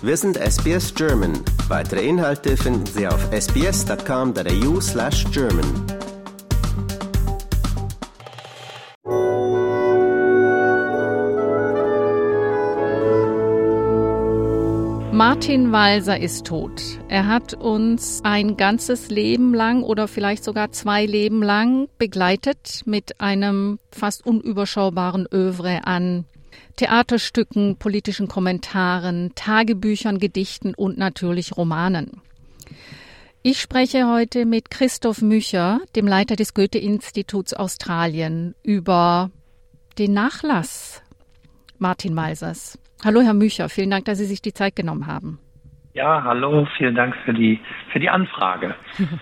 Wir sind SBS German. Weitere Inhalte finden Sie auf sbs.com.au/German. Martin Walser ist tot. Er hat uns ein ganzes Leben lang oder vielleicht sogar 2 Leben lang begleitet mit einem fast unüberschaubaren Œuvre an Theaterstücken, politischen Kommentaren, Tagebüchern, Gedichten und natürlich Romanen. Ich spreche heute mit Christoph Mücher, dem Leiter des Goethe-Instituts Australien, über den Nachlass Martin Walsers. Hallo Herr Mücher, vielen Dank, dass Sie sich die Zeit genommen haben. Ja, hallo, vielen Dank für die Anfrage.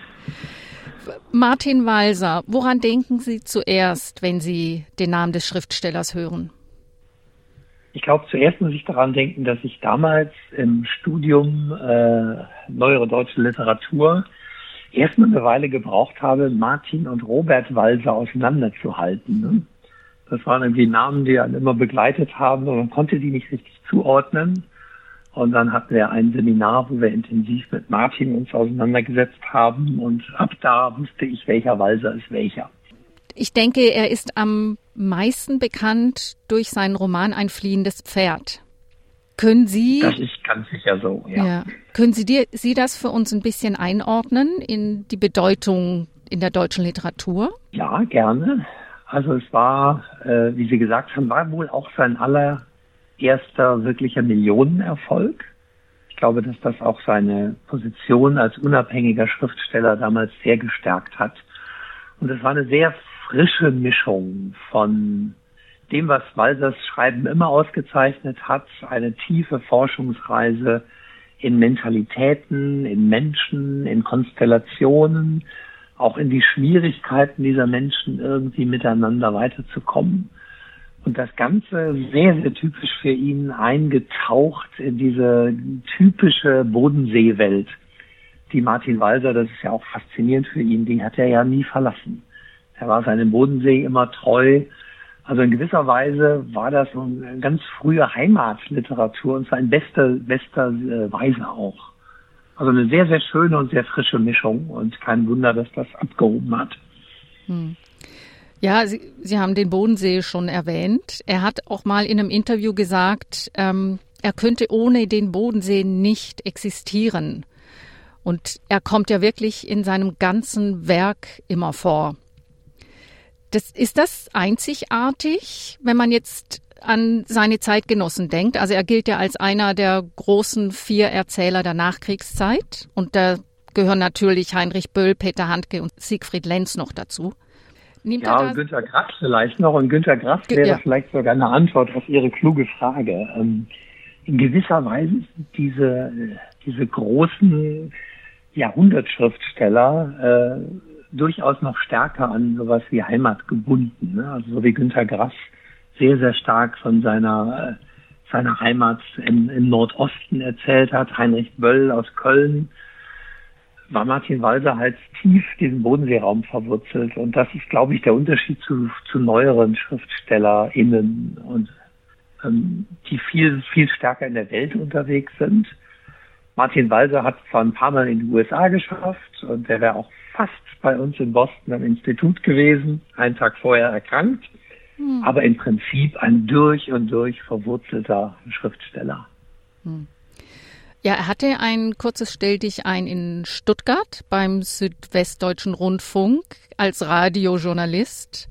Martin Walser, woran denken Sie zuerst, wenn Sie den Namen des Schriftstellers hören? Ich glaube, zuerst muss ich daran denken, dass ich damals im Studium Neuere Deutsche Literatur erstmal eine Weile gebraucht habe, Martin und Robert Walser auseinanderzuhalten. Ne? Das waren irgendwie Namen, die einen immer begleitet haben und man konnte die nicht richtig zuordnen. Und dann hatten wir ein Seminar, wo wir intensiv mit Martin uns auseinandergesetzt haben und ab da wusste ich, welcher Walser ist welcher. Ich denke, er ist am meisten bekannt durch seinen Roman Ein fliehendes Pferd. Können Sie... Das ist ganz sicher so, ja. Ja. Können Sie das für uns ein bisschen einordnen in die Bedeutung in der deutschen Literatur? Ja, gerne. Also es war, wie Sie gesagt haben, war wohl auch sein allererster wirklicher Millionenerfolg. Ich glaube, dass das auch seine Position als unabhängiger Schriftsteller damals sehr gestärkt hat. Und es war eine sehr frische Mischung von dem, was Walsers Schreiben immer ausgezeichnet hat, eine tiefe Forschungsreise in Mentalitäten, in Menschen, in Konstellationen, auch in die Schwierigkeiten dieser Menschen irgendwie miteinander weiterzukommen. Und das Ganze sehr, sehr typisch für ihn eingetaucht in diese typische Bodenseewelt, die Martin Walser, das ist ja auch faszinierend für ihn, die hat er ja nie verlassen. Er war seinem Bodensee immer treu. Also in gewisser Weise war das eine ganz frühe Heimatliteratur und zwar in bester Weise auch. Also eine sehr, sehr schöne und sehr frische Mischung und kein Wunder, dass das abgehoben hat. Ja, Sie haben den Bodensee schon erwähnt. Er hat auch mal in einem Interview gesagt, er könnte ohne den Bodensee nicht existieren. Und er kommt ja wirklich in seinem ganzen Werk immer vor. Ist das einzigartig, wenn man jetzt an seine Zeitgenossen denkt? Also er gilt ja als einer der großen 4 Erzähler der Nachkriegszeit. Und da gehören natürlich Heinrich Böll, Peter Handke und Siegfried Lenz noch dazu. Und Günter Grass vielleicht noch. Und Günter Grass wäre vielleicht sogar eine Antwort auf Ihre kluge Frage. In gewisser Weise sind diese großen Jahrhundertschriftsteller durchaus noch stärker an sowas wie Heimat gebunden. Ne? Also so wie Günter Grass sehr, sehr stark von seiner Heimat im Nordosten erzählt hat. Heinrich Böll aus Köln, war Martin Walser halt tief diesen Bodenseeraum verwurzelt. Und das ist, glaube ich, der Unterschied zu neueren SchriftstellerInnen und die viel, viel stärker in der Welt unterwegs sind. Martin Walser hat zwar ein paar Mal in die USA geschafft und der wäre auch fast bei uns in Boston am Institut gewesen, einen Tag vorher erkrankt, aber im Prinzip ein durch und durch verwurzelter Schriftsteller. Ja, er hatte ein kurzes Stelldichein in Stuttgart beim Südwestdeutschen Rundfunk als Radiojournalist.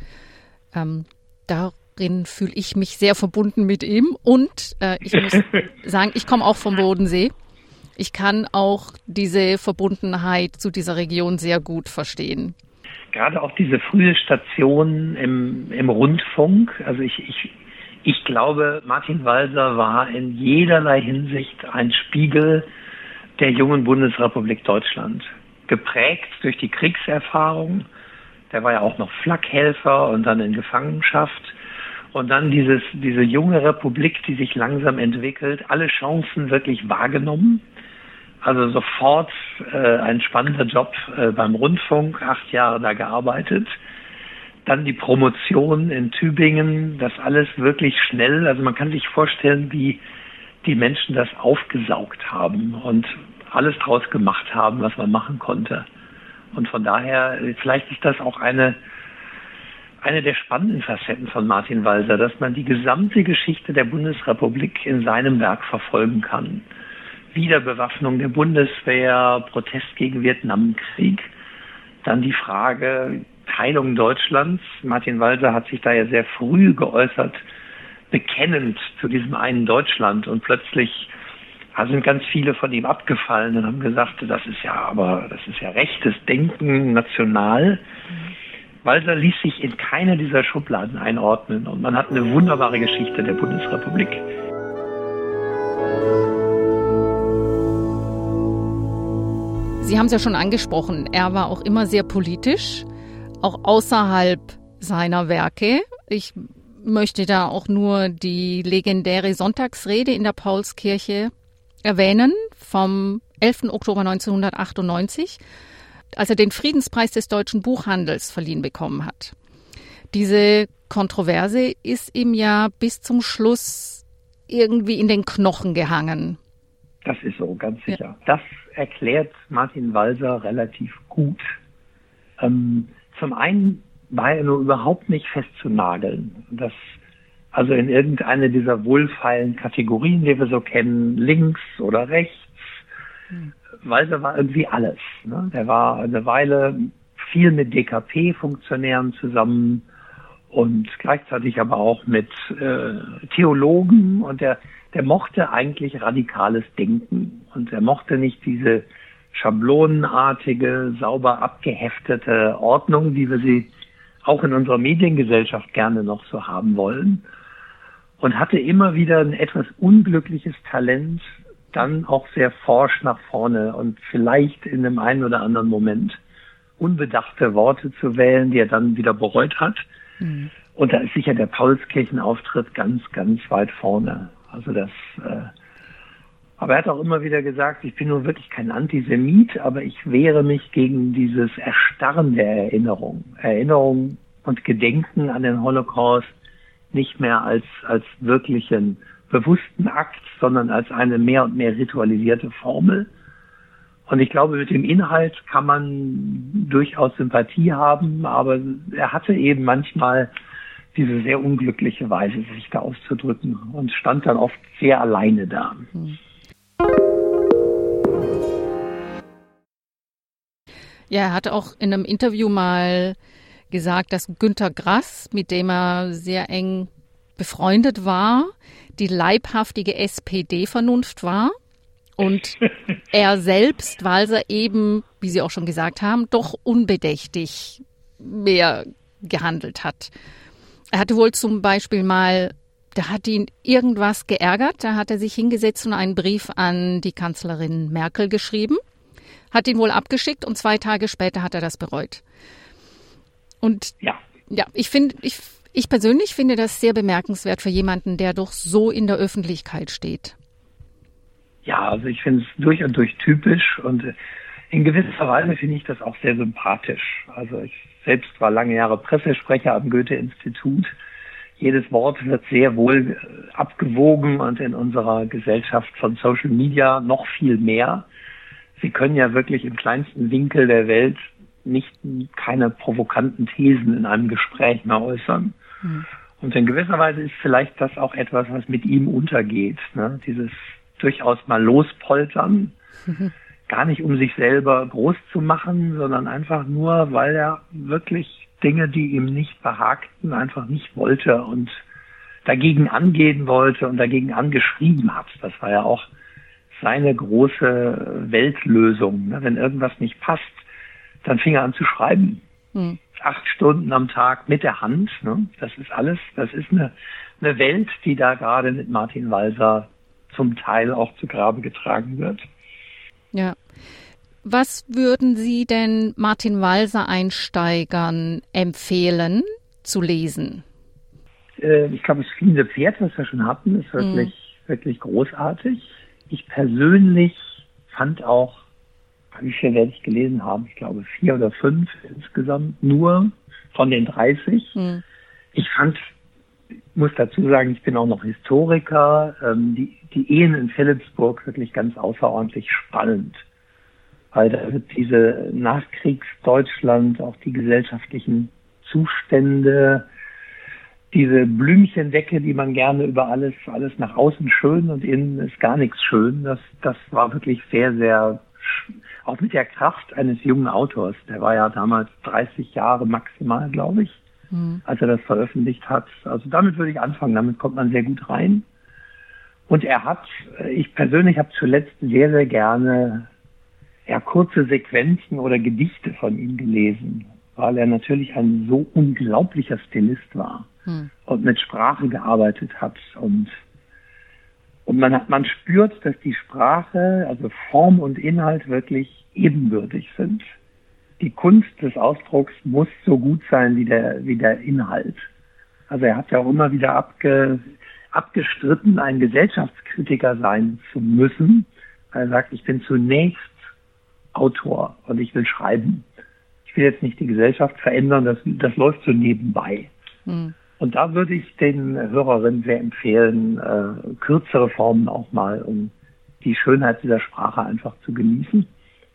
Darin fühle ich mich sehr verbunden mit ihm und ich muss sagen, ich komme auch vom Bodensee. Ich kann auch diese Verbundenheit zu dieser Region sehr gut verstehen. Gerade auch diese frühe Station im Rundfunk. Also ich glaube, Martin Walser war in jederlei Hinsicht ein Spiegel der jungen Bundesrepublik Deutschland. Geprägt durch die Kriegserfahrung. Der war ja auch noch Flakhelfer und dann in Gefangenschaft. Und dann diese junge Republik, die sich langsam entwickelt, alle Chancen wirklich wahrgenommen. Also sofort ein spannender Job beim Rundfunk, 8 Jahre da gearbeitet. Dann die Promotion in Tübingen, das alles wirklich schnell. Also man kann sich vorstellen, wie die Menschen das aufgesaugt haben und alles draus gemacht haben, was man machen konnte. Und von daher, vielleicht ist das auch eine der spannenden Facetten von Martin Walser, dass man die gesamte Geschichte der Bundesrepublik in seinem Werk verfolgen kann. Wiederbewaffnung der Bundeswehr, Protest gegen Vietnamkrieg, dann die Frage Teilung Deutschlands. Martin Walser hat sich da ja sehr früh geäußert, bekennend zu diesem einen Deutschland, und plötzlich sind ganz viele von ihm abgefallen und haben gesagt, das ist ja rechtes Denken, national. Walser ließ sich in keine dieser Schubladen einordnen und man hat eine wunderbare Geschichte der Bundesrepublik. Sie haben es ja schon angesprochen, er war auch immer sehr politisch, auch außerhalb seiner Werke. Ich möchte da auch nur die legendäre Sonntagsrede in der Paulskirche erwähnen vom 11. Oktober 1998, als er den Friedenspreis des deutschen Buchhandels verliehen bekommen hat. Diese Kontroverse ist ihm ja bis zum Schluss irgendwie in den Knochen gehangen. Das ist so, ganz sicher. Ja. Das erklärt Martin Walser relativ gut. Zum einen war er nur überhaupt nicht festzunageln. Das also in irgendeine dieser wohlfeilen Kategorien, die wir so kennen, links oder rechts. Walser war irgendwie alles. Ne? Der war eine Weile viel mit DKP-Funktionären zusammen und gleichzeitig aber auch mit Theologen, und der mochte eigentlich radikales Denken und er mochte nicht diese schablonenartige, sauber abgeheftete Ordnung, wie wir sie auch in unserer Mediengesellschaft gerne noch so haben wollen, und hatte immer wieder ein etwas unglückliches Talent, dann auch sehr forsch nach vorne und vielleicht in dem einen oder anderen Moment unbedachte Worte zu wählen, die er dann wieder bereut hat. Mhm. Und da ist sicher der Paulskirchenauftritt ganz, ganz weit vorne. Also aber er hat auch immer wieder gesagt, ich bin nun wirklich kein Antisemit, aber ich wehre mich gegen dieses Erstarren der Erinnerung. Erinnerung und Gedenken an den Holocaust nicht mehr als wirklichen bewussten Akt, sondern als eine mehr und mehr ritualisierte Formel. Und ich glaube, mit dem Inhalt kann man durchaus Sympathie haben, aber er hatte eben manchmal diese sehr unglückliche Weise, sich da auszudrücken, und stand dann oft sehr alleine da. Ja, er hat auch in einem Interview mal gesagt, dass Günter Grass, mit dem er sehr eng befreundet war, die leibhaftige SPD-Vernunft war und er selbst, Walser eben, wie Sie auch schon gesagt haben, doch unbedächtig mehr gehandelt hat. Er hatte wohl zum Beispiel mal, da hat ihn irgendwas geärgert, da hat er sich hingesetzt und einen Brief an die Kanzlerin Merkel geschrieben, hat ihn wohl abgeschickt und 2 Tage später hat er das bereut. Und ja, ich persönlich finde das sehr bemerkenswert für jemanden, der doch so in der Öffentlichkeit steht. Ja, also ich finde es durch und durch typisch und in gewisser Weise finde ich das auch sehr sympathisch. Also ich selbst war lange Jahre Pressesprecher am Goethe-Institut. Jedes Wort wird sehr wohl abgewogen und in unserer Gesellschaft von Social Media noch viel mehr. Sie können ja wirklich im kleinsten Winkel der Welt keine provokanten Thesen in einem Gespräch mehr äußern. Und in gewisser Weise ist vielleicht das auch etwas, was mit ihm untergeht. Ne? Dieses durchaus mal lospoltern, gar nicht um sich selber groß zu machen, sondern einfach nur, weil er wirklich Dinge, die ihm nicht behagten, einfach nicht wollte und dagegen angehen wollte und dagegen angeschrieben hat. Das war ja auch seine große Weltlösung. Ne? Wenn irgendwas nicht passt, dann fing er an zu schreiben. 8 Stunden am Tag mit der Hand. Ne? Das ist alles, das ist eine Welt, die da gerade mit Martin Walser zum Teil auch zu Grabe getragen wird. Ja. Was würden Sie denn Martin Walser-Einsteigern empfehlen zu lesen? Ich glaube, das fliegende Pferd, was wir schon hatten, ist wirklich großartig. Ich persönlich fand auch, wie viel werde ich gelesen haben? Ich glaube 4 oder 5 insgesamt, nur von den 30. Ich fand muss dazu sagen, ich bin auch noch Historiker. Die Ehen in Philippsburg wirklich ganz außerordentlich spannend, weil da wird diese Nachkriegsdeutschland, auch die gesellschaftlichen Zustände, diese Blümchendecke, die man gerne über alles nach außen schön und innen ist gar nichts schön. Das war wirklich sehr, sehr, auch mit der Kraft eines jungen Autors. Der war ja damals 30 Jahre maximal, glaube ich, als er das veröffentlicht hat. Also damit würde ich anfangen, damit kommt man sehr gut rein. Und ich persönlich habe zuletzt sehr, sehr gerne kurze Sequenzen oder Gedichte von ihm gelesen, weil er natürlich ein so unglaublicher Stilist war und mit Sprache gearbeitet hat. Und man spürt, dass die Sprache, also Form und Inhalt wirklich ebenbürtig sind. Die Kunst des Ausdrucks muss so gut sein wie der Inhalt. Also er hat ja auch immer wieder abgestritten, ein Gesellschaftskritiker sein zu müssen. Er sagt, ich bin zunächst Autor und ich will schreiben. Ich will jetzt nicht die Gesellschaft verändern, das läuft so nebenbei. Und da würde ich den Hörerinnen sehr empfehlen, kürzere Formen auch mal, um die Schönheit dieser Sprache einfach zu genießen.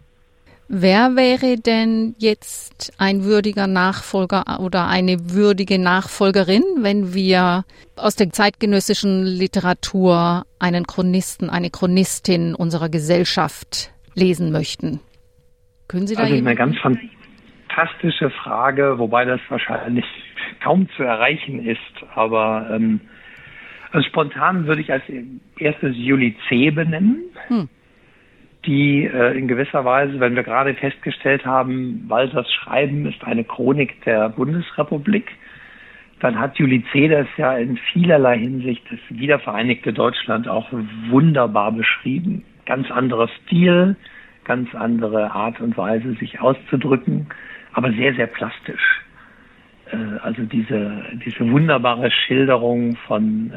Wer wäre denn jetzt ein würdiger Nachfolger oder eine würdige Nachfolgerin, wenn wir aus der zeitgenössischen Literatur einen Chronisten, eine Chronistin unserer Gesellschaft lesen möchten? Können Sie da Also eine ganz fantastische Frage, wobei das wahrscheinlich kaum zu erreichen ist. Aber also spontan würde ich als erstes Julie C. benennen. Die in gewisser Weise, wenn wir gerade festgestellt haben, Walsers Schreiben ist eine Chronik der Bundesrepublik, dann hat Julie C. das ja in vielerlei Hinsicht das wiedervereinigte Deutschland auch wunderbar beschrieben. Ganz anderer Stil, ganz andere Art und Weise, sich auszudrücken, aber sehr, sehr plastisch. Also diese wunderbare Schilderung von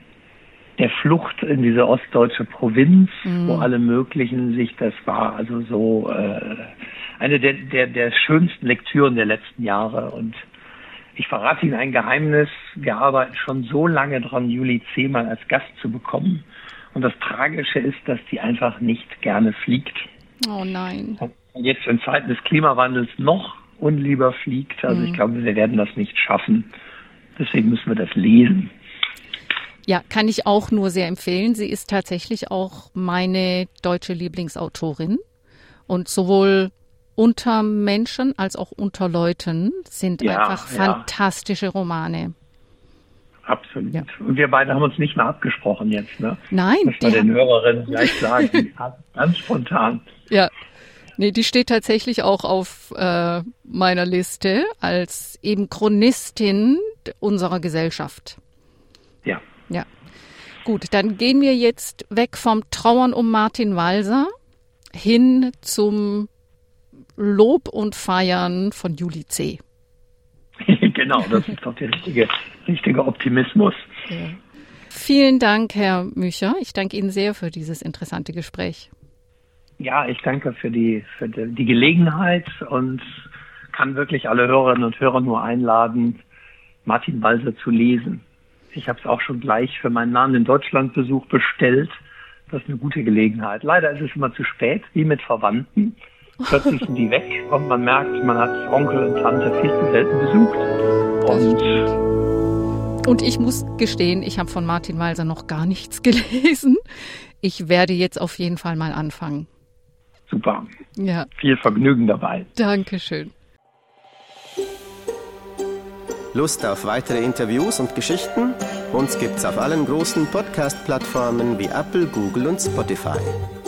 der Flucht in diese ostdeutsche Provinz, wo alle möglichen das war also so eine der schönsten Lektüren der letzten Jahre. Und ich verrate Ihnen ein Geheimnis, wir arbeiten schon so lange dran, Julie C. mal als Gast zu bekommen. Und das Tragische ist, dass die einfach nicht gerne fliegt. Oh nein. Und jetzt in Zeiten des Klimawandels noch unlieber fliegt. Also ich glaube, wir werden das nicht schaffen. Deswegen müssen wir das lesen. Ja, kann ich auch nur sehr empfehlen. Sie ist tatsächlich auch meine deutsche Lieblingsautorin. Und sowohl unter Menschen als auch unter Leuten sind einfach fantastische Romane. Absolut. Ja. Und wir beide haben uns nicht mehr abgesprochen jetzt, ne? Nein. Das wir den Hörerinnen gleich sagen. Ganz spontan. Ja. Nee, die steht tatsächlich auch auf meiner Liste als eben Chronistin unserer Gesellschaft. Ja. Ja. Gut, dann gehen wir jetzt weg vom Trauern um Martin Walser hin zum Lob und Feiern von Julie C. Genau, das ist doch der richtige Optimismus. Ja. Vielen Dank, Herr Mücher. Ich danke Ihnen sehr für dieses interessante Gespräch. Ja, ich danke für die Gelegenheit und kann wirklich alle Hörerinnen und Hörer nur einladen, Martin Walser zu lesen. Ich habe es auch schon gleich für meinen Namen in Deutschlandbesuch bestellt. Das ist eine gute Gelegenheit. Leider ist es immer zu spät, wie mit Verwandten. Plötzlich sind die weg und man merkt, man hat Onkel und Tante viel zu selten besucht. Und ich muss gestehen, ich habe von Martin Walser noch gar nichts gelesen. Ich werde jetzt auf jeden Fall mal anfangen. Super. Ja. Viel Vergnügen dabei. Dankeschön. Lust auf weitere Interviews und Geschichten? Uns gibt's auf allen großen Podcast-Plattformen wie Apple, Google und Spotify.